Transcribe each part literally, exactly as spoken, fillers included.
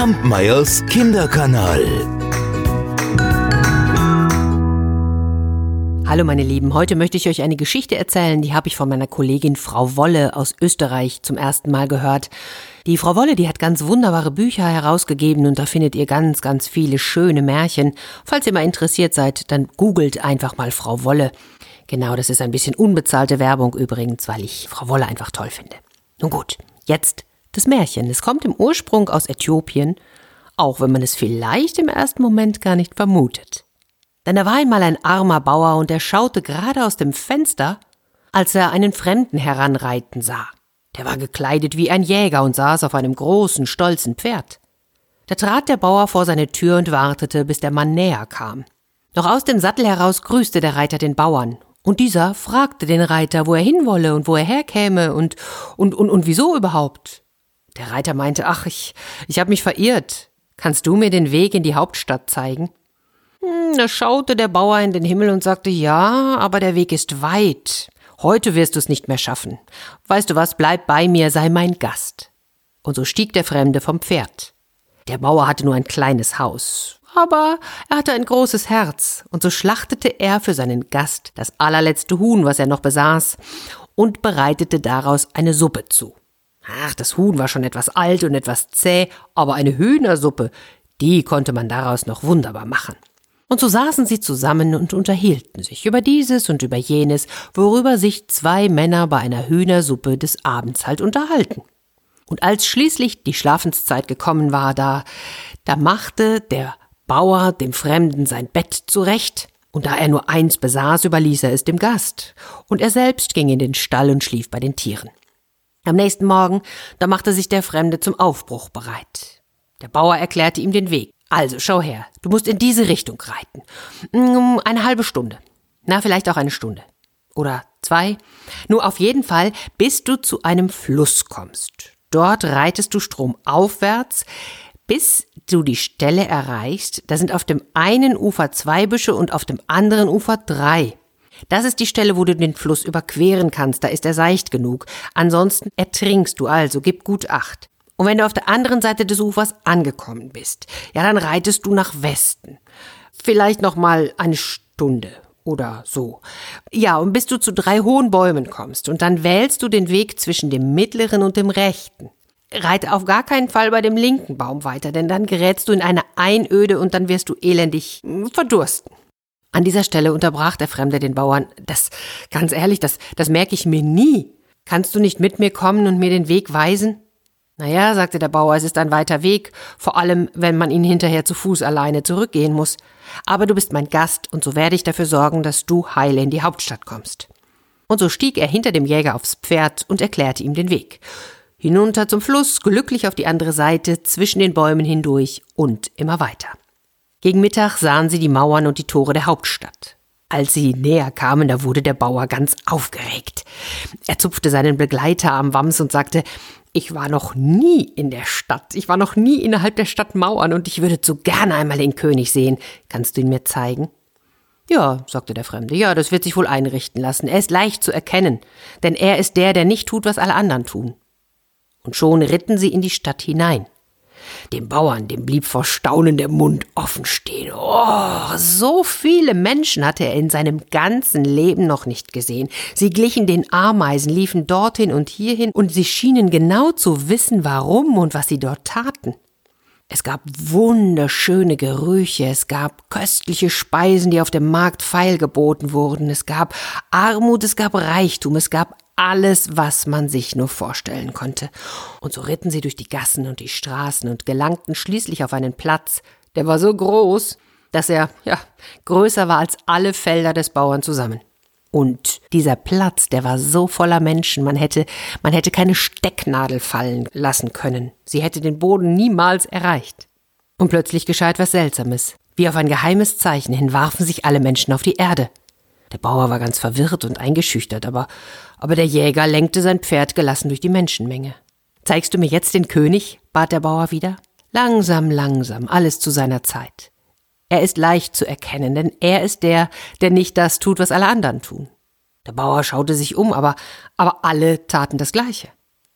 Kampmeyers Kinderkanal. Hallo meine Lieben, heute möchte ich euch eine Geschichte erzählen, die habe ich von meiner Kollegin Frau Wolle aus Österreich zum ersten Mal gehört. Die Frau Wolle, die hat ganz wunderbare Bücher herausgegeben und da findet ihr ganz, ganz viele schöne Märchen. Falls ihr mal interessiert seid, dann googelt einfach mal Frau Wolle. Genau, das ist ein bisschen unbezahlte Werbung übrigens, weil ich Frau Wolle einfach toll finde. Nun gut, jetzt das Märchen. Es kommt im Ursprung aus Äthiopien, auch wenn man es vielleicht im ersten Moment gar nicht vermutet. Denn da war einmal ein armer Bauer und er schaute gerade aus dem Fenster, als er einen Fremden heranreiten sah. Der war gekleidet wie ein Jäger und saß auf einem großen, stolzen Pferd. Da trat der Bauer vor seine Tür und wartete, bis der Mann näher kam. Noch aus dem Sattel heraus grüßte der Reiter den Bauern. Und dieser fragte den Reiter, wo er hinwolle und wo er herkäme und, und, und, und wieso überhaupt. Der Reiter meinte, ach, ich, ich habe mich verirrt. Kannst du mir den Weg in die Hauptstadt zeigen? Da schaute der Bauer in den Himmel und sagte, ja, aber der Weg ist weit. Heute wirst du es nicht mehr schaffen. Weißt du was, bleib bei mir, sei mein Gast. Und so stieg der Fremde vom Pferd. Der Bauer hatte nur ein kleines Haus, aber er hatte ein großes Herz. Und so schlachtete er für seinen Gast das allerletzte Huhn, was er noch besaß, und bereitete daraus eine Suppe zu. Ach, das Huhn war schon etwas alt und etwas zäh, aber eine Hühnersuppe, die konnte man daraus noch wunderbar machen. Und so saßen sie zusammen und unterhielten sich über dieses und über jenes, worüber sich zwei Männer bei einer Hühnersuppe des Abends halt unterhalten. Und als schließlich die Schlafenszeit gekommen war, da, da machte der Bauer dem Fremden sein Bett zurecht, und da er nur eins besaß, überließ er es dem Gast, und er selbst ging in den Stall und schlief bei den Tieren. Am nächsten Morgen, da machte sich der Fremde zum Aufbruch bereit. Der Bauer erklärte ihm den Weg. Also, schau her, du musst in diese Richtung reiten. Eine halbe Stunde. Na, vielleicht auch eine Stunde. Oder zwei. Nur auf jeden Fall, bis du zu einem Fluss kommst. Dort reitest du stromaufwärts, bis du die Stelle erreichst. Da sind auf dem einen Ufer zwei Büsche und auf dem anderen Ufer drei. Das ist die Stelle, wo du den Fluss überqueren kannst. Da ist er seicht genug. Ansonsten ertrinkst du, also gib gut Acht. Und wenn du auf der anderen Seite des Ufers angekommen bist, ja, dann reitest du nach Westen. Vielleicht noch mal eine Stunde oder so. Ja, und bis du zu drei hohen Bäumen kommst und dann wählst du den Weg zwischen dem mittleren und dem rechten. Reite auf gar keinen Fall bei dem linken Baum weiter, denn dann gerätst du in eine Einöde und dann wirst du elendig verdursten. An dieser Stelle unterbrach der Fremde den Bauern. Das, ganz ehrlich, das, das merke ich mir nie. Kannst du nicht mit mir kommen und mir den Weg weisen? Naja, sagte der Bauer, es ist ein weiter Weg, vor allem, wenn man ihn hinterher zu Fuß alleine zurückgehen muss. Aber du bist mein Gast und so werde ich dafür sorgen, dass du heile in die Hauptstadt kommst. Und so stieg er hinter dem Jäger aufs Pferd und erklärte ihm den Weg. Hinunter zum Fluss, glücklich auf die andere Seite, zwischen den Bäumen hindurch und immer weiter. Gegen Mittag sahen sie die Mauern und die Tore der Hauptstadt. Als sie näher kamen, da wurde der Bauer ganz aufgeregt. Er zupfte seinen Begleiter am Wams und sagte, ich war noch nie in der Stadt, ich war noch nie innerhalb der Stadtmauern und ich würde so gerne einmal den König sehen. Kannst du ihn mir zeigen? Ja, sagte der Fremde, ja, das wird sich wohl einrichten lassen. Er ist leicht zu erkennen, denn er ist der, der nicht tut, was alle anderen tun. Und schon ritten sie in die Stadt hinein. Dem Bauern, dem blieb vor Staunen der Mund offen stehen. Oh, so viele Menschen hatte er in seinem ganzen Leben noch nicht gesehen. Sie glichen den Ameisen, liefen dorthin und hierhin und sie schienen genau zu wissen, warum und was sie dort taten. Es gab wunderschöne Gerüche, es gab köstliche Speisen, die auf dem Markt feilgeboten wurden, es gab Armut, es gab Reichtum, es gab alles, was man sich nur vorstellen konnte. Und so ritten sie durch die Gassen und die Straßen und gelangten schließlich auf einen Platz, der war so groß, dass er, ja, größer war als alle Felder des Bauern zusammen. Und dieser Platz, der war so voller Menschen, man hätte, man hätte keine Stecknadel fallen lassen können. Sie hätte den Boden niemals erreicht. Und plötzlich geschah etwas Seltsames. Wie auf ein geheimes Zeichen hin warfen sich alle Menschen auf die Erde. Der Bauer war ganz verwirrt und eingeschüchtert, aber, aber der Jäger lenkte sein Pferd gelassen durch die Menschenmenge. »Zeigst du mir jetzt den König?« bat der Bauer wieder. »Langsam, langsam, alles zu seiner Zeit. Er ist leicht zu erkennen, denn er ist der, der nicht das tut, was alle anderen tun.« Der Bauer schaute sich um, aber, aber alle taten das Gleiche.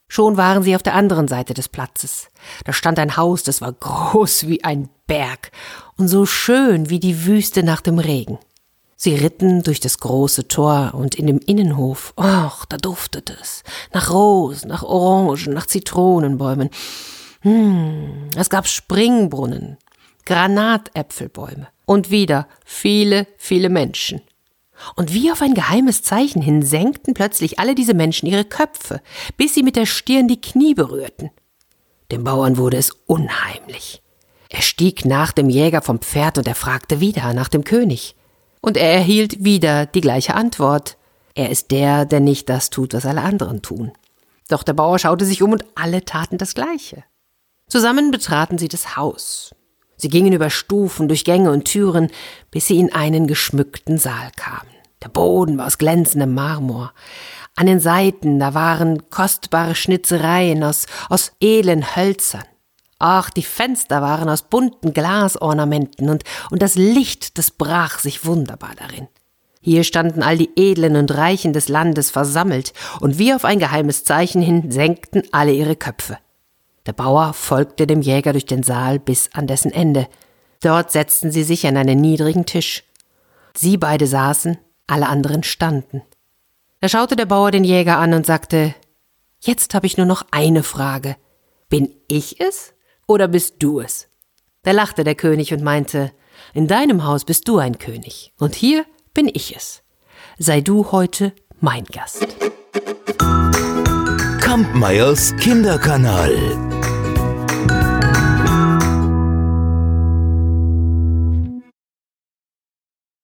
Schon waren sie auf der anderen Seite des Platzes. Da stand ein Haus, das war groß wie ein Berg und so schön wie die Wüste nach dem Regen. Sie ritten durch das große Tor und in dem Innenhof, ach, da duftete es, nach Rosen, nach Orangen, nach Zitronenbäumen. Hm, es gab Springbrunnen, Granatäpfelbäume und wieder viele, viele Menschen. Und wie auf ein geheimes Zeichen hin senkten plötzlich alle diese Menschen ihre Köpfe, bis sie mit der Stirn die Knie berührten. Dem Bauern wurde es unheimlich. Er stieg nach dem Jäger vom Pferd und er fragte wieder nach dem König. Und er erhielt wieder die gleiche Antwort. Er ist der, der nicht das tut, was alle anderen tun. Doch der Bauer schaute sich um und alle taten das Gleiche. Zusammen betraten sie das Haus. Sie gingen über Stufen, durch Gänge und Türen, bis sie in einen geschmückten Saal kamen. Der Boden war aus glänzendem Marmor. An den Seiten, da waren kostbare Schnitzereien aus, aus edlen Hölzern. Ach, die Fenster waren aus bunten Glasornamenten und, und das Licht, das brach sich wunderbar darin. Hier standen all die Edlen und Reichen des Landes versammelt und wie auf ein geheimes Zeichen hin senkten alle ihre Köpfe. Der Bauer folgte dem Jäger durch den Saal bis an dessen Ende. Dort setzten sie sich an einen niedrigen Tisch. Sie beide saßen, alle anderen standen. Da schaute der Bauer den Jäger an und sagte, »Jetzt habe ich nur noch eine Frage. Bin ich es oder bist du es?« Da lachte der König und meinte, »In deinem Haus bist du ein König und hier bin ich es. Sei du heute mein Gast.« Kampmeyers Kinderkanal.